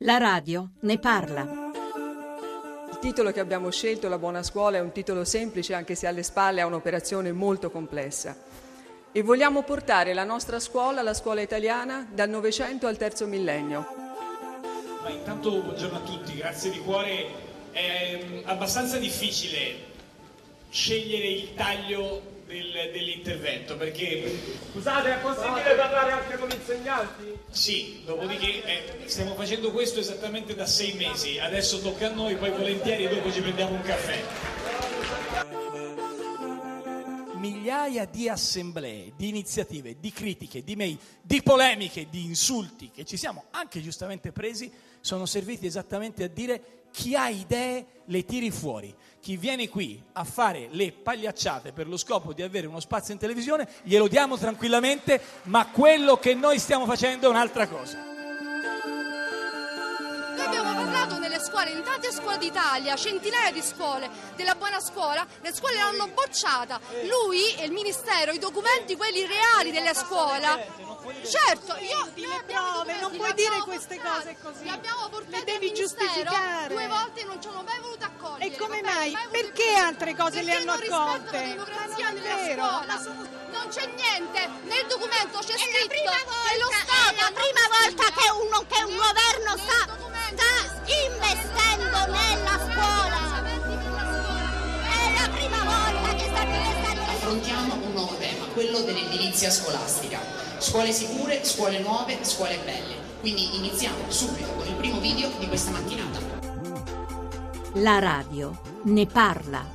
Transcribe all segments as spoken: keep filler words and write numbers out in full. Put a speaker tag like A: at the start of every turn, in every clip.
A: La radio ne parla.
B: Il titolo che abbiamo scelto, La buona scuola, è un titolo semplice anche se alle spalle ha un'operazione molto complessa. E vogliamo portare la nostra scuola, la scuola italiana, dal Novecento al terzo millennio.
C: Ma intanto buongiorno a tutti, grazie di cuore. È abbastanza difficile scegliere il taglio del, dell'intervento perché...
D: Scusate, è possibile parlare anche con gli insegnanti?
C: Sì, dopodiché eh, stiamo facendo questo esattamente da sei mesi, adesso tocca a noi, poi volentieri dopo ci prendiamo un caffè. Migliaia di assemblee, di iniziative, di critiche, di mail, di polemiche, di insulti che ci siamo anche giustamente presi sono serviti esattamente a dire: chi ha idee le tiri fuori, chi viene qui a fare le pagliacciate per lo scopo di avere uno spazio in televisione glielo diamo tranquillamente, ma quello che noi stiamo facendo è un'altra cosa.
E: Abbiamo parlato nelle scuole, in tante scuole d'Italia, centinaia di scuole della buona scuola, le scuole l'hanno bocciata. Lui e il ministero, i documenti, quelli reali della scuola. Certo, io
F: le prove, non puoi dire queste cose così.
E: Li abbiamo portate
F: le devi
E: al ministero
F: giustificare.
E: Due volte non ci hanno mai voluto accogliere.
F: E come
E: vabbè,
F: mai?
E: mai
F: Perché altre cose le hanno accolte?
E: Perché non rispettano la democrazia
F: Ma non è
E: nella
F: vero.
E: scuola.
F: Sono...
E: Non c'è niente, nel documento c'è
G: è
E: scritto
G: la prima volta,
E: che lo Stato
G: è la prima volta che, uno, che un governo sta, sta investendo nella scuola. È la prima volta che sta investendo.
H: Affrontiamo un nuovo tema, quello dell'edilizia scolastica. Scuole sicure, scuole nuove, scuole belle. Quindi iniziamo subito con il primo video di questa mattinata.
A: La radio ne parla.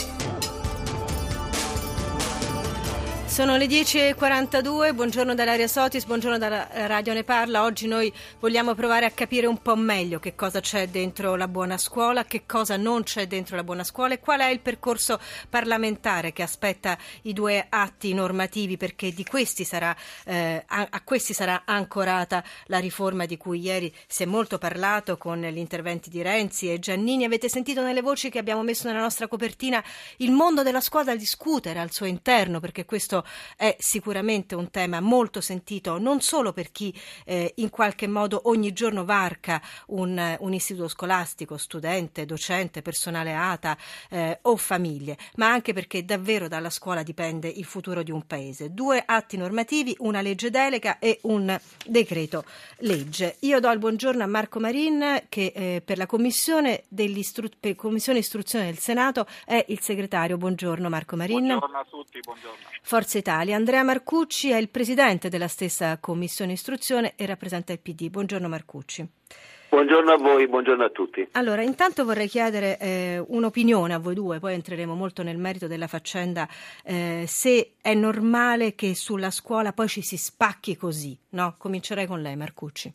I: Sono le dieci e quarantadue, buongiorno dall'Area Sotis, buongiorno dalla Radio Ne Parla. Oggi noi vogliamo provare a capire un po' meglio che cosa c'è dentro la buona scuola, che cosa non c'è dentro la buona scuola e qual è il percorso parlamentare che aspetta i due atti normativi, perché di questi sarà, eh, a, a questi sarà ancorata la riforma di cui ieri si è molto parlato con gli interventi di Renzi e Giannini. Avete sentito nelle voci che abbiamo messo nella nostra copertina il mondo della scuola da discutere al suo interno, perché questo è sicuramente un tema molto sentito non solo per chi eh, in qualche modo ogni giorno varca un, un istituto scolastico, studente, docente, personale A T A eh, o famiglie, ma anche perché davvero dalla scuola dipende il futuro di un paese. Due atti normativi, una legge delega e un decreto legge. Io do il buongiorno a Marco Marin che eh, per la commissione, per commissione istruzione del Senato è il segretario. Buongiorno Marco Marin.
J: Buongiorno a tutti, buongiorno.
I: Forza Italia. Andrea Marcucci è il presidente della stessa commissione istruzione e rappresenta il P D. Buongiorno Marcucci.
J: Buongiorno a voi, buongiorno a tutti.
I: Allora, intanto vorrei chiedere eh, un'opinione a voi due, poi entreremo molto nel merito della faccenda, eh, se è normale che sulla scuola poi ci si spacchi così, no? Comincerei con lei, Marcucci.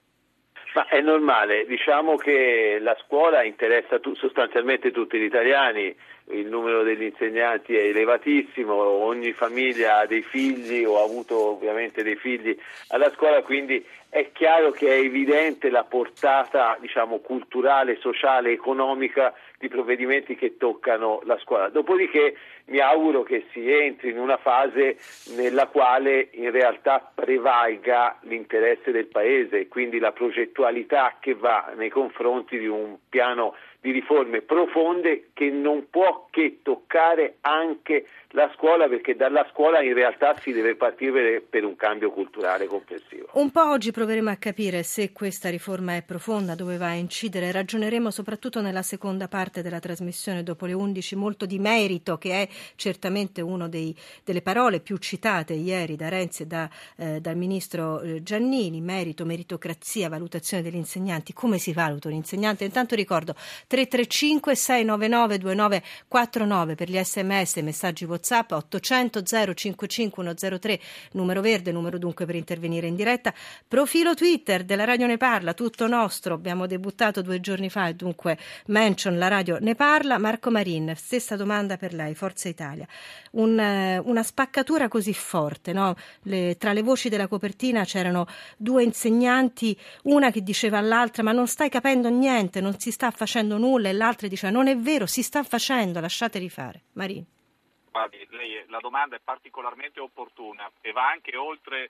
J: Ma è normale, diciamo che la scuola interessa tu, sostanzialmente tutti gli italiani. Il numero degli insegnanti è elevatissimo, ogni famiglia ha dei figli o ha avuto ovviamente dei figli alla scuola, quindi è chiaro che è evidente la portata, diciamo, culturale, sociale, economica di provvedimenti che toccano la scuola. Dopodiché mi auguro che si entri in una fase nella quale in realtà prevalga l'interesse del Paese, quindi la progettualità che va nei confronti di un piano di riforme profonde che non può che toccare anche la scuola, perché dalla scuola in realtà si deve partire per un cambio culturale complessivo.
I: Un po' oggi proveremo a capire se questa riforma è profonda, dove va a incidere. Ragioneremo soprattutto nella seconda parte della trasmissione dopo le undici molto di merito, che è certamente una delle parole più citate ieri da Renzi e da, eh, dal ministro Giannini. Merito, meritocrazia, valutazione degli insegnanti. Come si valuta un insegnante? Intanto ricordo tre tre cinque sei nove nove due nove quattro nove per gli sms e messaggi WhatsApp, ottocento zero cinquantacinque centotre, numero verde, numero dunque per intervenire in diretta. Profilo Twitter della Radio Ne Parla, tutto nostro, abbiamo debuttato due giorni fa e dunque mention la Radio Ne Parla. Marco Marin, stessa domanda per lei, Forza Italia. Un, una spaccatura così forte, no? Le, tra le voci della copertina c'erano due insegnanti, una che diceva all'altra ma non stai capendo niente, non si sta facendo nulla, e l'altra diceva non è vero, si sta facendo, lasciateli fare. Marin.
K: Guardi, lei, la domanda è particolarmente opportuna e va anche oltre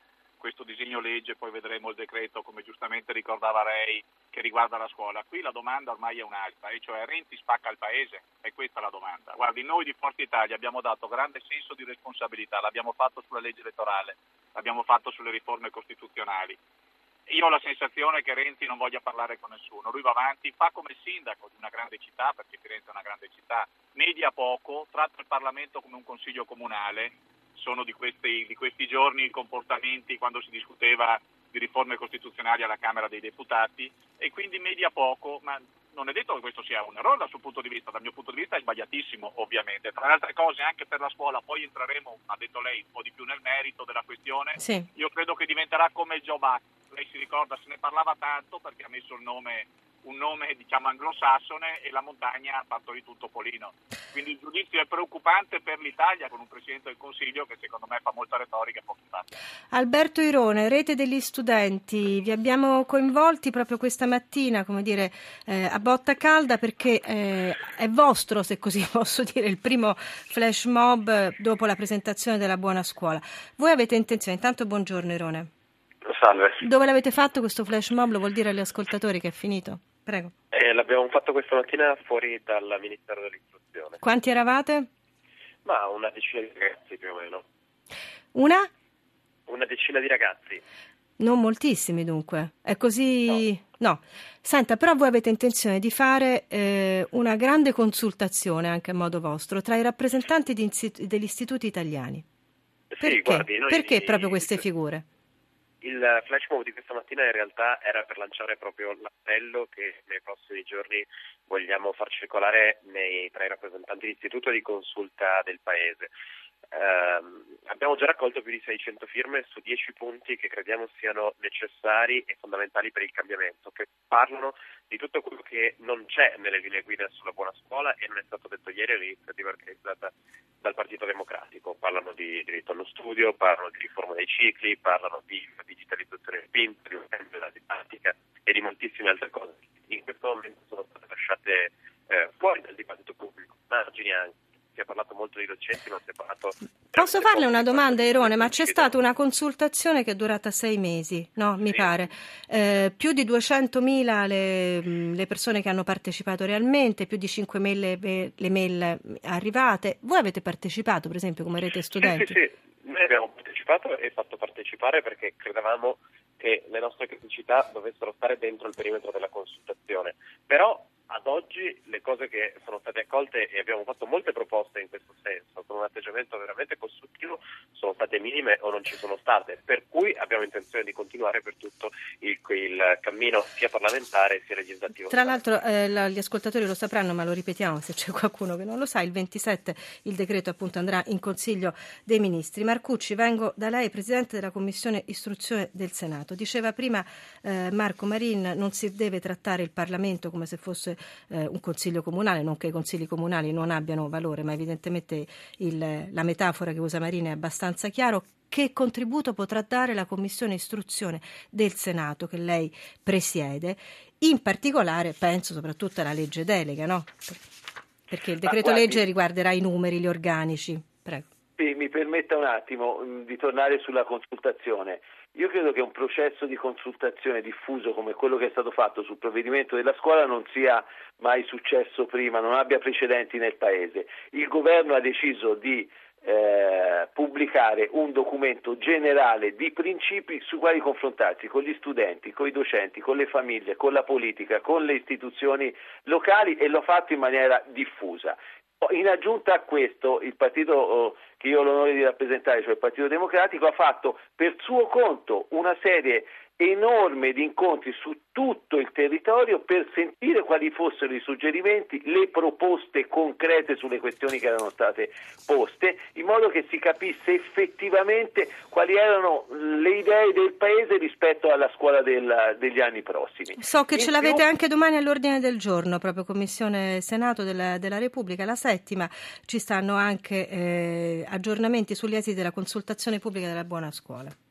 K: questo disegno legge, poi vedremo il decreto, come giustamente ricordava lei, che riguarda la scuola. Qui la domanda ormai è un'altra, e cioè Renzi spacca il paese? È questa la domanda. Guardi, noi di Forza Italia abbiamo dato grande senso di responsabilità, l'abbiamo fatto sulla legge elettorale, l'abbiamo fatto sulle riforme costituzionali. Io ho la sensazione che Renzi non voglia parlare con nessuno, lui va avanti, fa come sindaco di una grande città, perché Firenze è una grande città, media poco, tratta il Parlamento come un consiglio comunale. Sono di questi, di questi giorni i comportamenti quando si discuteva di riforme costituzionali alla Camera dei Deputati, e quindi media poco, ma non è detto che questo sia un errore dal suo punto di vista, dal mio punto di vista è sbagliatissimo ovviamente. Tra le altre cose anche per la scuola, poi entreremo, ha detto lei, un po' di più nel merito della questione,
I: sì.
K: Io credo che diventerà come il Job Act, lei si ricorda, se ne parlava tanto perché ha messo il nome, un nome diciamo anglosassone, e la montagna ha fatto di tutto Polino. Quindi il giudizio è preoccupante per l'Italia con un Presidente del Consiglio che secondo me fa molta retorica e pochi fatti.
I: Alberto Irone, Rete degli Studenti, vi abbiamo coinvolti proprio questa mattina, come dire, eh, a botta calda, perché eh, è vostro, se così posso dire, il primo flash mob dopo la presentazione della Buona Scuola. Voi avete intenzione, intanto buongiorno Irone.
L: Salve.
I: Dove l'avete fatto questo flash mob? Lo vuol dire agli ascoltatori che è finito? Prego.
L: Eh, l'abbiamo fatto questa mattina fuori dal Ministero dell'Istruzione.
I: Quanti eravate?
L: Ma una decina di ragazzi più o meno.
I: Una?
L: Una decina di ragazzi.
I: Non moltissimi dunque. È così... No. no. Senta, però voi avete intenzione di fare eh, una grande consultazione anche a modo vostro tra i rappresentanti di insit- degli istituti italiani. Perché?
L: Sì, guardi, noi
I: Perché
L: di...
I: proprio queste figure?
L: Il flash mob di questa mattina in realtà era per lanciare proprio l'appello che nei prossimi giorni vogliamo far circolare nei, tra i rappresentanti di istituto di consulta del Paese. Eh, abbiamo già raccolto più di seicento firme su dieci punti che crediamo siano necessari e fondamentali per il cambiamento, che parlano di tutto quello che non c'è nelle linee guida sulla buona scuola e non è stato detto ieri all'iniziativa organizzata dal Partito Democratico. Parlano di diritto allo studio, parlano di riforma dei cicli, parlano di digitalizzazione spinta, di un cambio della didattica e di moltissime altre cose. In questo momento sono state lasciate eh, fuori dal dibattito pubblico, margini anche. Si è parlato molto di docenti, non si è parlato...
I: Posso farle una domanda, Irone? Ma c'è stata una consultazione che è durata sei mesi, no? Mi sì. pare. Eh, più di duecentomila le, le persone che hanno partecipato realmente, più di cinquemila le mail arrivate. Voi avete partecipato, per esempio, come Rete Studenti?
L: Sì, sì, sì. Noi abbiamo partecipato e fatto partecipare perché credevamo che le nostre criticità dovessero stare dentro il perimetro della consultazione. Però ad oggi le cose che sono state accolte, e abbiamo fatto molte proposte in questo senso, con un atteggiamento veramente costruttivo, sono state minime o non ci sono state, per cui abbiamo intenzione di continuare per tutto il, il cammino sia parlamentare sia legislativo.
I: Tra l'altro eh, gli ascoltatori lo sapranno, ma lo ripetiamo se c'è qualcuno che non lo sa, il ventisette il decreto appunto andrà in Consiglio dei Ministri. Marcucci, vengo da lei, Presidente della Commissione Istruzione del Senato. Diceva prima eh, Marco Marin, non si deve trattare il Parlamento come se fosse Eh, un consiglio comunale, non che i consigli comunali non abbiano valore, ma evidentemente il, la metafora che usa Marini è abbastanza chiaro. Che contributo potrà dare la Commissione Istruzione del Senato che lei presiede? In particolare penso soprattutto alla legge delega, no? Perché il decreto guardi, legge riguarderà i numeri, gli organici. Prego.
J: Sì, mi permetta un attimo mh, di tornare sulla consultazione. Io credo che un processo di consultazione diffuso come quello che è stato fatto sul provvedimento della scuola non sia mai successo prima, non abbia precedenti nel Paese. Il governo ha deciso di eh, pubblicare un documento generale di principi sui quali confrontarsi con gli studenti, con i docenti, con le famiglie, con la politica, con le istituzioni locali, e lo ha fatto in maniera diffusa. In aggiunta a questo, il partito oh, che io ho l'onore di rappresentare, cioè il Partito Democratico, ha fatto per suo conto una serie enorme di incontri su tutto il territorio per sentire quali fossero i suggerimenti, le proposte concrete sulle questioni che erano state poste, in modo che si capisse effettivamente quali erano le idee del Paese rispetto alla scuola del, degli anni prossimi.
I: So che
J: in
I: ce
J: più...
I: l'avete anche domani all'ordine del giorno, proprio Commissione Senato della, della Repubblica, la settima. Ci stanno anche eh, aggiornamenti sugli esiti della consultazione pubblica della buona scuola. Prego.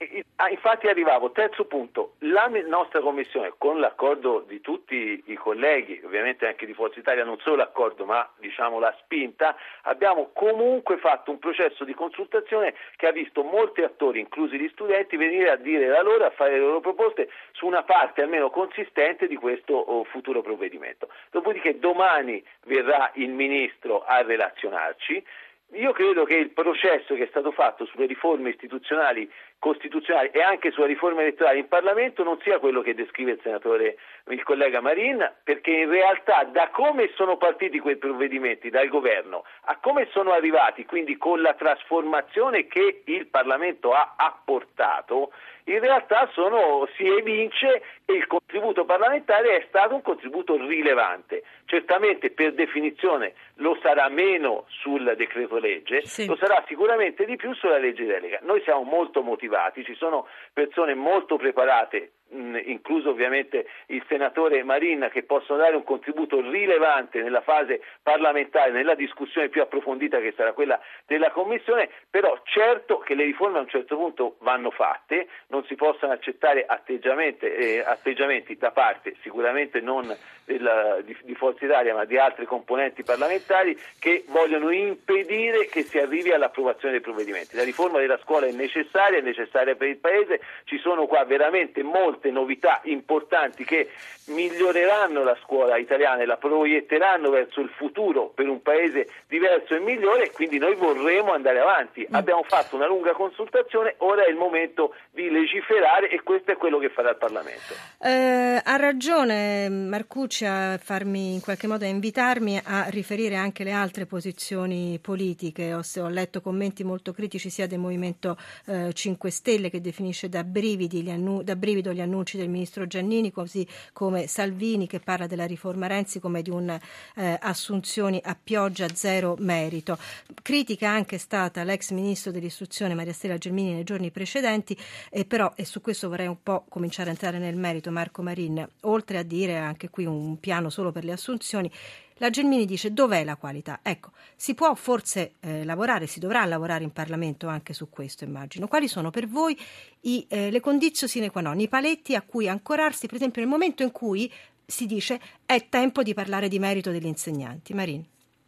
J: Infatti arrivavo, terzo punto, la nostra Commissione, con l'accordo di tutti i colleghi, ovviamente anche di Forza Italia, non solo l'accordo ma diciamo la spinta, abbiamo comunque fatto un processo di consultazione che ha visto molti attori, inclusi gli studenti, venire a dire la loro, a fare le loro proposte su una parte almeno consistente di questo oh, futuro provvedimento. Dopodiché domani verrà il Ministro a relazionarci. Io credo che il processo che è stato fatto sulle riforme istituzionali, costituzionali e anche sulla riforma elettorale in Parlamento non sia quello che descrive il senatore, il collega Marin, perché in realtà da come sono partiti quei provvedimenti dal governo a come sono arrivati, quindi con la trasformazione che il Parlamento ha apportato, in realtà sono, si evince che il contributo parlamentare è stato un contributo rilevante. Certamente per definizione lo sarà meno sul decreto legge, sì. Lo sarà sicuramente di più sulla legge delega. Noi siamo molto motivati, ci sono persone molto preparate, mh, incluso ovviamente il senatore Marin, che possono dare un contributo rilevante nella fase parlamentare, nella discussione più approfondita che sarà quella della Commissione, però certo che le riforme a un certo punto vanno fatte, non si possono accettare atteggiamenti, eh, atteggiamenti da parte sicuramente non della, di, di Forza Italia ma di altre componenti parlamentari che vogliono impedire che si arrivi all'approvazione dei provvedimenti. La riforma della scuola è necessaria, è necessaria per il Paese, ci sono qua veramente molte novità importanti che miglioreranno la scuola italiana e la proietteranno verso il futuro per un Paese diverso e migliore, quindi noi vorremmo andare avanti. Abbiamo fatto una lunga consultazione, ora è il momento di legiferare e questo è quello che farà il Parlamento.
I: Eh, ha ragione Marcucci a farmi in qualche modo a invitarmi a riferire anche le altre posizioni politiche. Ho, ho letto commenti molto critici sia del Movimento eh, cinque Stelle, che definisce da, brividi gli annu- da brivido gli annunci del ministro Giannini, così come Salvini, che parla della riforma Renzi come di un eh, assunzioni a pioggia, zero merito. Critica anche stata l'ex ministro dell'istruzione Maria Stella Gelmini nei giorni precedenti, e però, e su questo vorrei un po' cominciare a entrare nel merito, Marco Marin, oltre a dire anche qui un piano solo per le assunzioni, la Gelmini dice dov'è la qualità? Ecco, si può forse eh, lavorare, si dovrà lavorare in Parlamento anche su questo, immagino. Quali sono per voi i, eh, le condizioni sine qua non, i paletti a cui ancorarsi, per esempio nel momento in cui si dice è tempo di parlare di merito degli insegnanti? Marin.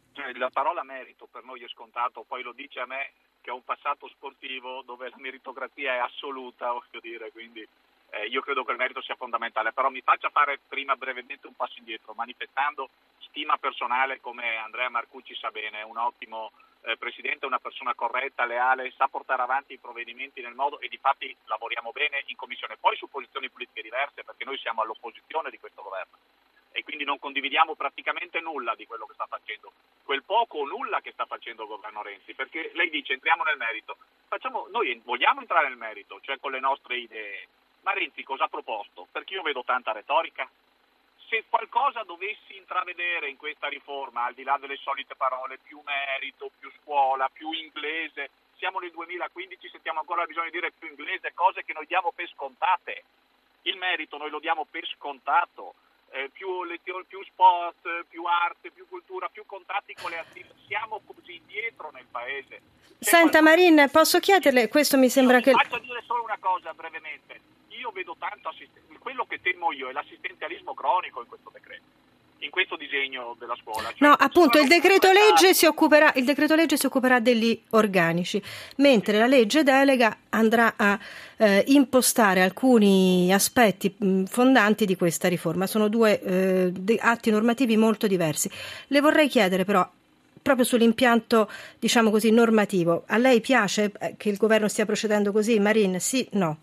K: La parola merito per noi è scontato, poi lo dice a me che ho un passato sportivo dove la meritocrazia è assoluta, voglio dire, quindi eh, io credo che il merito sia fondamentale, però mi faccia fare prima brevemente un passo indietro, manifestando stima personale, come Andrea Marcucci sa bene, è un ottimo eh, presidente, una persona corretta, leale, sa portare avanti i provvedimenti nel modo, e difatti lavoriamo bene in commissione, poi su posizioni politiche diverse, perché noi siamo all'opposizione di questo governo e quindi non condividiamo praticamente nulla di quello che sta facendo, quel poco o nulla che sta facendo il governo Renzi, perché lei dice entriamo nel merito, facciamo, noi vogliamo entrare nel merito, cioè con le nostre idee, ma Renzi cosa ha proposto? Perché io vedo tanta retorica. Se qualcosa dovessi intravedere in questa riforma, al di là delle solite parole, più merito, più scuola, più inglese, siamo nel duemilaquindici, sentiamo ancora bisogno di dire più inglese, cose che noi diamo per scontate. Il merito noi lo diamo per scontato. Eh, più lezioni, più sport, più arte, più cultura, più contatti con le attività. Siamo così indietro nel paese. Se
I: Senta qualcosa... Marin, posso chiederle, questo mi sembra
K: io
I: che...
K: Faccio dire solo una cosa brevemente. Io vedo tanto assisten... quello che temo io è l'assistenzialismo cronico in questo decreto, in questo disegno della scuola. Cioè,
I: no, appunto, il decreto legge si occuperà il decreto legge si occuperà degli organici, mentre la legge delega andrà a eh, impostare alcuni aspetti mh, fondanti di questa riforma. Sono due eh, de- atti normativi molto diversi. Le vorrei chiedere però, proprio sull'impianto, diciamo così, normativo, a lei piace che il governo stia procedendo così? Marin, sì, no?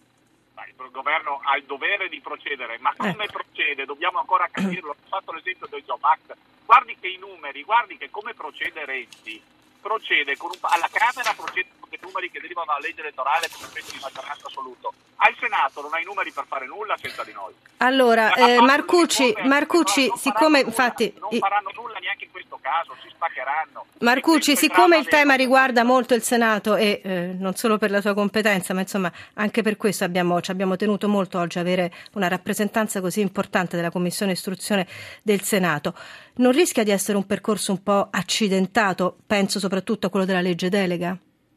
K: Il governo ha il dovere di procedere, ma come ecco. procede? Dobbiamo ancora capirlo. Ho fatto l'esempio del Job Act. Guardi che i numeri, guardi che come procede Renzi. Procede con un, alla Camera procede con dei numeri che derivano dalla legge elettorale per un pezzo di maggioranza assoluto. Al Senato non ha i numeri per fare nulla senza di noi.
I: Allora, eh, Marcucci, Marcucci, siccome
K: nulla,
I: infatti
K: non faranno nulla neanche in questo caso, si spaccheranno.
I: Marcucci, siccome il tema riguarda molto il Senato e eh, non solo per la sua competenza, ma insomma anche per questo abbiamo, ci abbiamo tenuto molto oggi a avere una rappresentanza così importante della Commissione Istruzione del Senato. Non rischia di essere un percorso un po' accidentato? Penso soprattutto a quello della legge delega.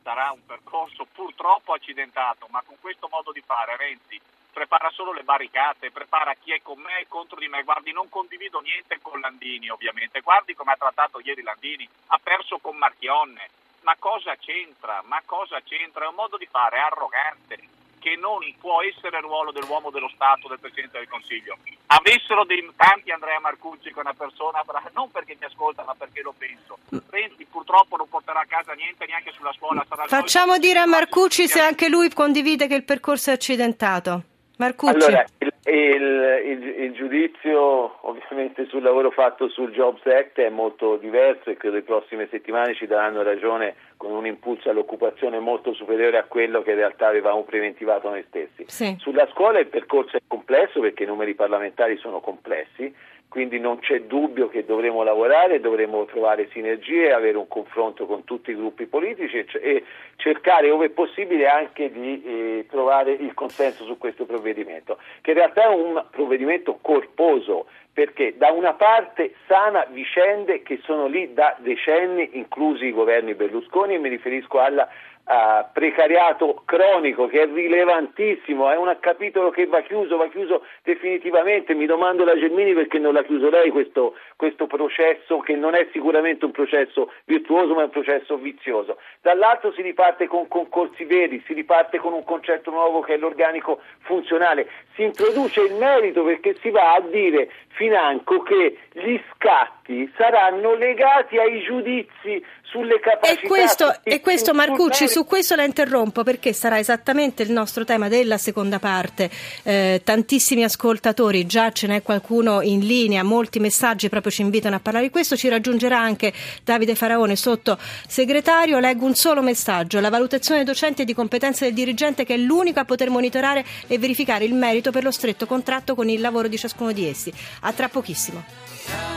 K: sarà un percorso purtroppo accidentato, ma con questo modo di fare Renzi prepara solo le barricate, prepara chi è con me e contro di me. Guardi, non condivido niente con Landini, ovviamente. Guardi come ha trattato ieri Landini, ha perso con Marchionne. Ma cosa c'entra? Ma cosa c'entra? È un modo di fare arrogante, che non può essere il ruolo dell'uomo dello Stato, del Presidente del Consiglio. Avessero dei tanti Andrea Marcucci, che è una persona, non perché mi ascolta, ma perché lo penso. Renzi purtroppo non porterà a casa niente neanche sulla scuola. Sarà
I: Facciamo dire a Marcucci se anche lui condivide che il percorso è accidentato. Marcucci.
J: Allora, il, il, il, il giudizio ovviamente sul lavoro fatto sul Jobs Act è molto diverso e credo le prossime settimane ci daranno ragione con un impulso all'occupazione molto superiore a quello che in realtà avevamo preventivato noi stessi.
I: Sì.
J: Sulla scuola il percorso è complesso perché i numeri parlamentari sono complessi, quindi non c'è dubbio che dovremo lavorare, dovremo trovare sinergie, avere un confronto con tutti i gruppi politici e, e cercare, ove possibile, anche di eh, trovare il consenso su questo provvedimento, che in realtà è un provvedimento corposo, perché da una parte sana vicende che sono lì da decenni, inclusi i governi Berlusconi, e mi riferisco alla Uh, precariato cronico, che è rilevantissimo, è un capitolo che va chiuso, va chiuso definitivamente. Mi domando la Gelmini perché non l'ha chiuso lei questo, questo processo, che non è sicuramente un processo virtuoso ma è un processo vizioso. Dall'altro si riparte con concorsi veri, si riparte con un concetto nuovo che è l'organico funzionale, si introduce il merito perché si va a dire financo che gli scatti saranno legati ai giudizi sulle capacità.
I: E questo, e questo Marcucci, su questo la interrompo perché sarà esattamente il nostro tema della seconda parte. Eh, tantissimi ascoltatori, già ce n'è qualcuno in linea, molti messaggi proprio ci invitano a parlare di questo. Ci raggiungerà anche Davide Faraone, sottosegretario. Leggo un solo messaggio: la valutazione dei docenti e di competenza del dirigente, che è l'unico a poter monitorare e verificare il merito per lo stretto contratto con il lavoro di ciascuno di essi. A tra pochissimo.